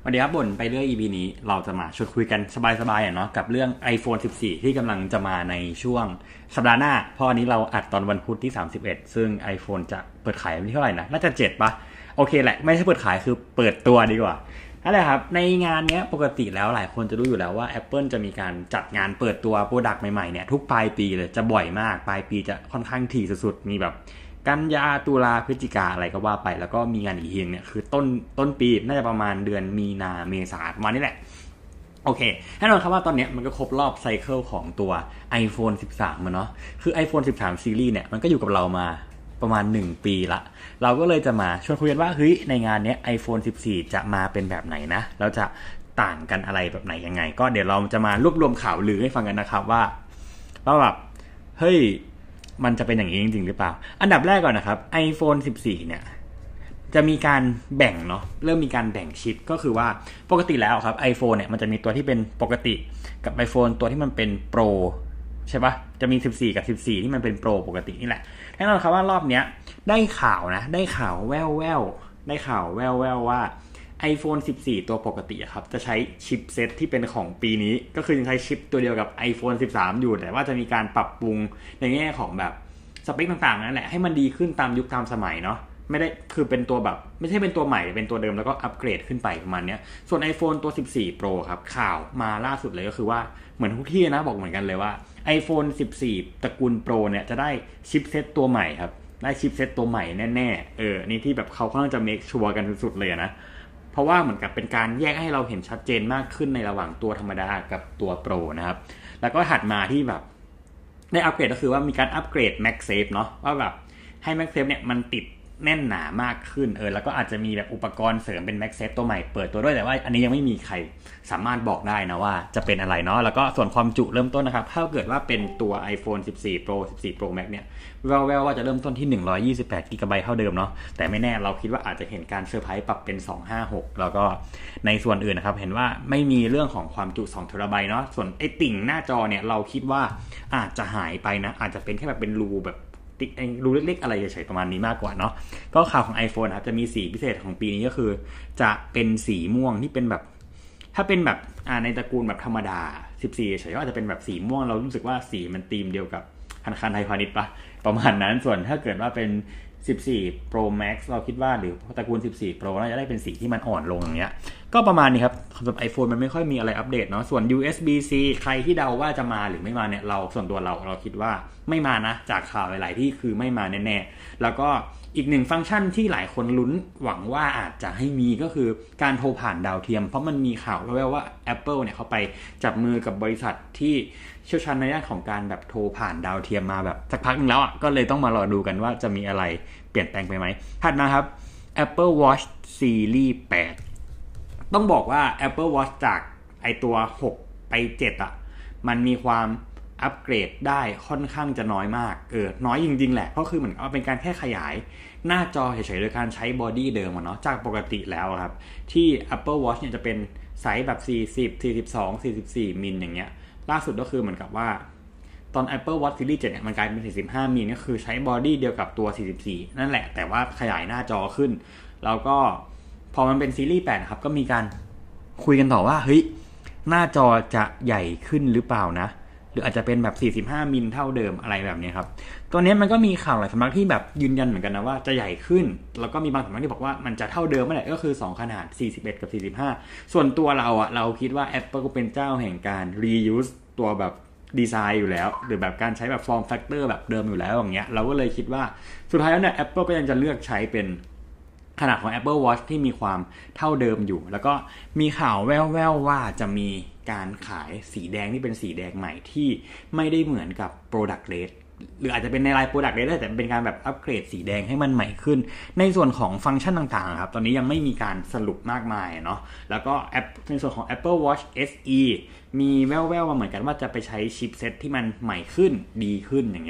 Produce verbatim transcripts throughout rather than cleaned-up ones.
วันนี้ครับบ่นไปเรื่อง อี พี นี้เราจะมาชวนคุยกันสบายๆเนาะกับเรื่อง iPhone สิบสี่ ที่กำลังจะมาในช่วงสัปดาห์หน้าเพราะอันนี้เราอัดตอนวันพุธที่สามสิบเอ็ดซึ่ง iPhone จะเปิดขายวันที่เท่าไหร่นะน่าจะเจ็ดป่ะโอเคแหละไม่ใช่เปิดขายคือเปิดตัวดีกว่านั่นแหละครับในงานนี้ปกติแล้วหลายคนจะรู้อยู่แล้วว่า Apple จะมีการจัดงานเปิดตัวโปรดักต์ใหม่ๆเนี่ยทุกปลายปีเลยจะบ่อยมากปลายปีจะค่อนข้างถี่สุดๆมีแบบกันยาตุลาพฤศจิกาอะไรก็ว่าไปแล้วก็มีงานอีกทีเนี่ยคือต้นต้นปีน่าจะประมาณเดือนมีนาเมษาประมาณนี้แหละโอเคแน่นอนครับว่าตอนนี้มันก็ครบรอบไซเคิลของตัว iPhone สิบสามมาเนาะคือ iPhone สิบสาม ซีรีส์เนี่ยมันก็อยู่กับเรามาประมาณหนึ่งปีละเราก็เลยจะมาชวนคุยกันว่าเฮ้ยในงานนี้ iPhone สิบสี่ จะมาเป็นแบบไหนนะแล้วจะต่างกันอะไรแบบไหนยังไงก็เดี๋ยวเราจะมารวบรวมข่าวลือให้ฟังกันนะครับว่าว่าแบบเฮ้ยมันจะเป็นอย่างนี้จริงๆหรือเปล่าอันดับแรกก่อนนะครับ iPhone สิบสี่ เนี่ยจะมีการแบ่งเนาะเริ่มมีการแบ่งชิปก็คือว่าปกติแล้วครับ iPhone เนี่ยมันจะมีตัวที่เป็นปกติกับ iPhone ตัวที่มันเป็น Pro ใช่ปะจะมีสิบสี่กับสิบสี่ที่มันเป็น Pro ปกตินี่แหละแน่นอนครับว่ารอบเนี้ยได้ข่าวนะได้ข่าวแว่วๆได้ข่าวแว่วๆว่า iPhone สิบสี่ ตัวปกติครับจะใช้ชิปเซตที่เป็นของปีนี้ก็คือยังใช้ชิปตัวเดียวกับ iPhone สิบสาม อยู่แต่ว่าจะมีการปรับปรุงในแง่ของแบบสเปคต่างๆนั่นแหละให้มันดีขึ้นตามยุคตามสมัยเนาะไม่ได้คือเป็นตัวแบบไม่ใช่เป็นตัวใหม่เป็นตัวเดิมแล้วก็อัปเกรดขึ้นไปประมาณนี้ส่วน iPhone ตัวสิบสี่ Pro ครับข่าวมาล่าสุดเลยก็คือว่าเหมือนทุกที่นะบอกเหมือนกันเลยว่า iPhone สิบสี่ ตระกูล Pro เนี่ยจะได้ชิปเซตตัวใหม่ครับได้ชิปเซตตัวใหม่แน่ๆเออนี่ที่แบบเขาค่อนข้างจะเมคชัวร์กันสุดๆเลยนะเพราะว่าเหมือนกับเป็นการแยกให้เราเห็นชัดเจนมากขึ้นในระหว่างตัวธรรมดากับตัว Pro นะครับแล้วก็ถัดมาที่แบบได้อัปเกรดก็คือว่ามีการอัปเกรด MagSafe เนาะว่าแบบให้ MagSafe เนี่ยมันติดแน่นหนามากขึ้นเออแล้วก็อาจจะมีแบบอุปกรณ์เสริมเป็น MagSafe ตัวใหม่เปิดตัวด้วยแต่ว่าอันนี้ยังไม่มีใครสามารถบอกได้นะว่าจะเป็นอะไรเนาะแล้วก็ส่วนความจุเริ่มต้นนะครับถ้าเกิดว่าเป็นตัว iPhone สิบสี่ Pro สิบสี่ Pro Max เนี่ยแววๆว่าจะเริ่มต้นที่หนึ่งร้อยยี่สิบแปด จี บี เท่าเดิมเนาะแต่ไม่แน่เราคิดว่าอาจจะเห็นการเซอร์ไพรส์ปรับเป็นสองร้อยห้าสิบหกแล้วก็ในส่วนอื่นนะครับเห็นว่าไม่มีเรื่องของความจุสองเทราไบต์เนาะส่วนไอ้ติ่งหน้าจอเนี่ยเราคิดว่าอาจจะหายไปนะอาจจะเป็นแค่แบบเป็นรูแบบรูเล็กๆอะไรเฉยๆประมาณนี้มากกว่าเนาะก็ข่าวของ iPhone นะครับจะมีสีพิเศษของปีนี้ก็คือจะเป็นสีม่วงที่เป็นแบบถ้าเป็นแบบอ่าในตระกูลแบบธรรมดาสิบสี่เฉยๆก็อาจจะเป็นแบบสีม่วงเรารู้สึกว่าสีมันธีมเดียวกับธนาคารไทยพาณิชย์ปะประมาณนั้นส่วนถ้าเกิดว่าเป็นสิบสี่ Pro Max เราคิดว่าหรือตระกูลสิบสี่ Pro น่าจะได้เป็นสีที่มันอ่อนลงอย่างเงี้ยก็ประมาณนี้ครับสำหรับ iPhone มันไม่ค่อยมีอะไรอัปเดตเนาะส่วน ยู เอส บี ซี ใครที่เดาว่าจะมาหรือไม่มาเนี่ยเราส่วนตัวเราเราคิดว่าไม่มานะจากข่าวหลายๆที่คือไม่มาแน่ๆแล้วก็อีกหนึ่งฟังก์ชันที่หลายคนลุ้นหวังว่าอาจจะให้มีก็คือการโทรผ่านดาวเทียมเพราะมันมีข่าวแว่วๆว่า Apple เนี่ยเขาไปจับมือกับบริษัทที่เชี่ยวชาญในด้านของการแบบโทรผ่านดาวเทียมมาแบบสักพักนึงแล้วอ่ะก็เลยต้องมารอดูกันว่าจะมีอะไรเปลี่ยนแปลงไปไหมถัดมาครับ Apple Watch Series แปดต้องบอกว่า Apple Watch จากไอตัวหกไปเจ็ดอ่ะมันมีความอัปเกรดได้ค่อนข้างจะน้อยมากเออน้อยจริงๆแหละเพราะคือเหมือนเอาเป็นการแค่ขยายหน้าจอเฉยๆโดยการใช้บอดี้เดิมเนาะจากปกติแล้วครับที่ Apple Watch เนี่ยจะเป็นไซส์แบบสี่สิบ สี่สิบสอง สี่สิบสี่มิลอย่างเงี้ยล่าสุดก็คือเหมือนกับว่าตอน Apple Watch Series เจ็ดเนี่ยมันกลายเป็นสี่สิบห้ามิลก็คือใช้บอดี้เดียวกับตัวสี่สิบสี่นั่นแหละแต่ว่าขยายหน้าจอขึ้นแล้วก็พอมันเป็นซีรีส์แปดครับก็มีการคุยกันต่อว่าเฮ้ยหน้าจอจะใหญ่ขึ้นหรือเปล่านะหรืออาจจะเป็นแบบสี่สิบห้ามิลเท่าเดิมอะไรแบบนี้ครับตัวนี้มันก็มีข่าวหลายสำนักที่แบบยืนยันเหมือนกันนะว่าจะใหญ่ขึ้นแล้วก็มีบางสำนักที่บอกว่ามันจะเท่าเดิมนั่นแหละก็คือสองขนาดสี่สิบเอ็ดกับสี่สิบห้าส่วนตัวเราอ่ะเราคิดว่า Apple ก็เป็นเจ้าแห่งการ reuse ตัวแบบดีไซน์อยู่แล้วหรือแบบการใช้แบบ form factor แบบเดิมอยู่แล้วอย่างเงี้ยเราก็เลยคิดว่าสุดท้ายแล้วเนี่ย Apple ก็ยังจะเลือกใช้เป็นขนาดของ Apple Watch ที่มีความเท่าเดิมอยู่แล้วก็มีข่าวแว่วๆว่าจะมีการขายสีแดงที่เป็นสีแดงใหม่ที่ไม่ได้เหมือนกับ Product Red หรืออาจจะเป็นในไลน์ Product Red ได้แต่เป็นการแบบอัปเกรดสีแดงให้มันใหม่ขึ้นในส่วนของฟังก์ชันต่างๆครับตอนนี้ยังไม่มีการสรุปมากมายเนาะแล้วก็แอปในส่วนของ Apple Watch เอส อี มีแว่วๆมาเหมือนกันว่าจะไปใช้ชิปเซ็ตที่มันใหม่ขึ้นดีขึ้นอย่างเงี้ย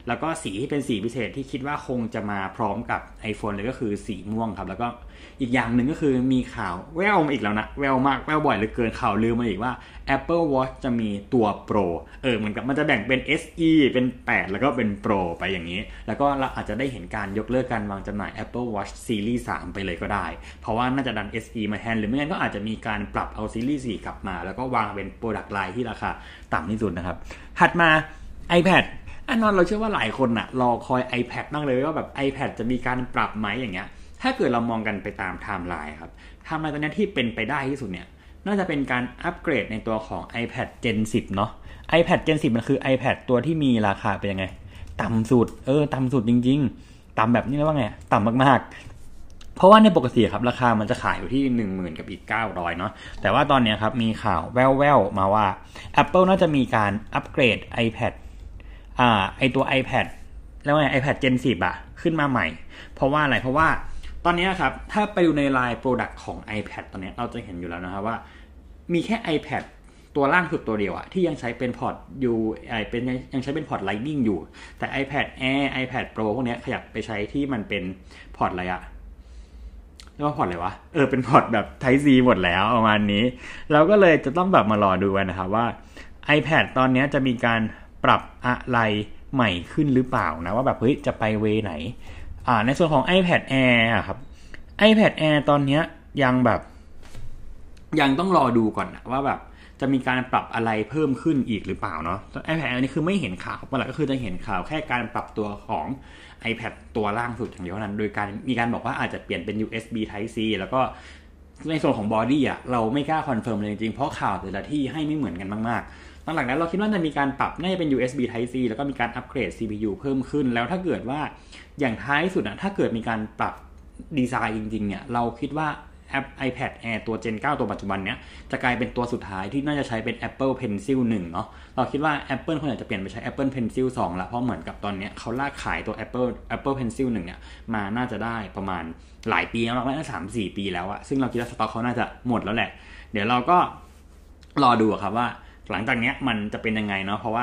แล้วก็สีที่เป็นสีพิเศษที่คิดว่าคงจะมาพร้อมกับ iPhone เลยก็คือสีม่วงครับแล้วก็อีกอย่างหนึ่งก็คือมีข่าวแววมาอีกแล้วนะแววมากแววบ่อยเหลือเกินข่าวลือมาอีกว่า Apple Watch จะมีตัว Pro เออเหมือนกับมันจะแบ่งเป็น เอส อี เป็นแปดแล้วก็เป็น Pro ไปอย่างนี้แล้วก็เราอาจจะได้เห็นการยกเลิกการวางจำหน่าย Apple Watch Series สามไปเลยก็ได้เพราะว่าน่าจะดัน เอส อี มาแทนหรือไม่งั้นก็อาจจะมีการปรับเอา Series สี่กลับมาแล้วก็วางเป็น Product Line ที่ราคาต่ำที่สุดนะครับถัดมา iPad อันนั้นเราเชื่อว่าหลายคนน่ะรอคอย iPad มากเลยว่าแบบ iPad จะมีการปรับไหมอย่างเงี้ยถ้าเกิดเรามองกันไปตามไทม์ไลน์ครับไทม์ไลน์ตอนนี้ที่เป็นไปได้ที่สุดเนี่ยน่าจะเป็นการอัปเกรดในตัวของ iPad Gen สิบเนาะ iPad Gen สิบมันคือ iPad ตัวที่มีราคาเป็นยังไงต่ำสุดเออต่ำสุดจริงๆต่ำแบบนี้แล้วว่าไงต่ำมากๆเพราะว่าในปกติครับราคามันจะขายอยู่ที่ หนึ่งหมื่น กับอีกเก้าร้อยเนาะแต่ว่าตอนนี้ครับมีข่าวแว่วๆมาว่า Apple น่าจะมีการอัปเกรด iPad อ่าไอตัว iPad แล้วไง iPad Gen สิบอะขึ้นมาใหม่เพราะว่าอะไรเพราะว่าตอนนี้ครับถ้าไปดูในไลน์ Product ของ iPad ตอนนี้เราจะเห็นอยู่แล้วนะครับว่ามีแค่ iPad ตัวล่างสุดตัวเดียวอะที่ยังใช้เป็นพอร์ต U เป็นยังใช้เป็นพอร์ต Lightning อยู่แต่ iPad Air iPad Pro พวกนี้ขยับไปใช้ที่มันเป็นพอร์ตอะไรอะเรียกว่าพอร์ตอะไรวะเออเป็นพอร์ตแบบ Type C หมดแล้วประมาณนี้เราก็เลยจะต้องแบบมารอดูกันนะครับว่า iPad ตอนนี้จะมีการปรับอะไรใหม่ขึ้นหรือเปล่านะว่าแบบเฮ้ยจะไปเวไหนอ่าในส่วนของ iPad Air อ่ะครับ iPad Air ตอนนี้ยังแบบยังต้องรอดูก่อนนะว่าแบบจะมีการปรับอะไรเพิ่มขึ้นอีกหรือเปล่าเนาะ iPad Air นี่คือไม่เห็นข่าวเมื่อไหร่ก็คือจะเห็นข่าวแค่การปรับตัวของ iPad ตัวล่างสุดอย่างเดียวเท่านั้นโดยการมีการบอกว่าอาจจะเปลี่ยนเป็น ยู เอส บี Type C แล้วก็ในส่วนของบอดี้อ่ะเราไม่กล้าคอนเฟิร์มเลยจริงๆเพราะข่าวแต่ละที่ให้ไม่เหมือนกันมากๆหลังจากนั้นเราคิดว่าจะมีการปรับน่าจะเป็น ยู เอส บี Type C แล้วก็มีการอัปเกรด ซี พี ยู เพิ่มขึ้นแล้วถ้าเกิดว่าอย่างท้ายสุดอ่ะถ้าเกิดมีการปรับดีไซน์จริงๆเนี่ยเราคิดว่าแอป iPad Air ตัว Gen เก้าตัวปัจจุบันเนี้ยจะกลายเป็นตัวสุดท้ายที่น่าจะใช้เป็น Apple Pencil หนึ่งเนาะเราคิดว่า Apple ควรจะเปลี่ยนไปใช้ Apple Pencil สองละเพราะเหมือนกับตอนเนี้ยเขาลากขายตัว Apple Apple Pencil หนึ่งเนี่ยมาน่าจะได้ประมาณหลายปีแล้วน่าจะ สามสี่ ปีแล้วอะซึ่งเราคิดว่าสต็อกเขาน่าจะหมดแล้วแหละเดี๋ยวเราก็รอดูครับว่าหลังจากเนี้ยมันจะเป็นยังไงเนาะเพราะว่า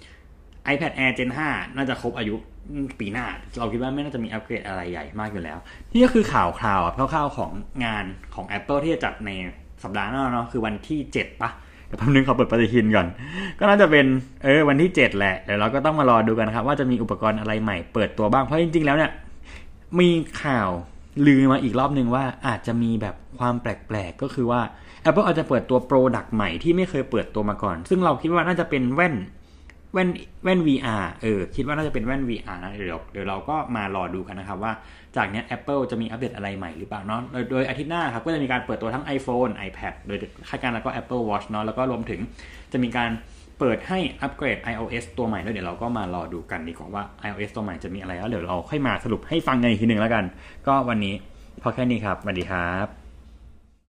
iPad Air Gen ห้าน่าจะครบอายุปีหน้าเราคิดว่าไม่น่าจะมีอัปเกรดอะไรใหญ่มากอยู่แล้วนี่ก็คือข่าวคราวคร่าวๆของงานของ Apple ที่จะจัดในสัปดาห์หน้าเนาะคือวันที่เจ็ดปะเดี๋ยวแป๊บนึงขอเปิดปฏิทินก่อนก็น่าจะเป็นเออวันที่เจ็ดแหละเดี๋ยวเราก็ต้องมารอดูกันครับว่าจะมีอุปกรณ์อะไรใหม่เปิดตัวบ้างเพราะจริงๆแล้วเนี่ยมีข่าวลือมาอีกรอบนึงว่าอาจจะมีแบบความแปลกๆก็คือว่า Apple อาจจะเปิดตัว Product ใหม่ที่ไม่เคยเปิดตัวมาก่อนซึ่งเราคิดว่าน่าจะเป็นแว่นแว่นแว่น วี อาร์ เออคิดว่าน่าจะเป็นแว่น วี อาร์ นะเดี๋ยวเดี๋ยวเราก็มารอดูกันนะครับว่าจากนี้ Apple จะมีอัปเดตอะไรใหม่หรือเปล่าเนาะโดยโดยอาทิตย์หน้าครับก็จะมีการเปิดตัวทั้ง iPhone iPad โดยคาดการณ์แล้วก็ Apple Watch เนาะแล้วก็รวมถึงจะมีการเปิดให้อัปเกรด iOS ตัวใหม่ด้วยเดี๋ยวเราก็มารอดูกันดีกว่าว่า iOS ตัวใหม่จะมีอะไรแล้วเดี๋ยวเราค่อยมาสรุปให้ฟังกันอีกทีนึงแล้วกันก็วันนี้พอแค่นี้ครับสวัสดีครับ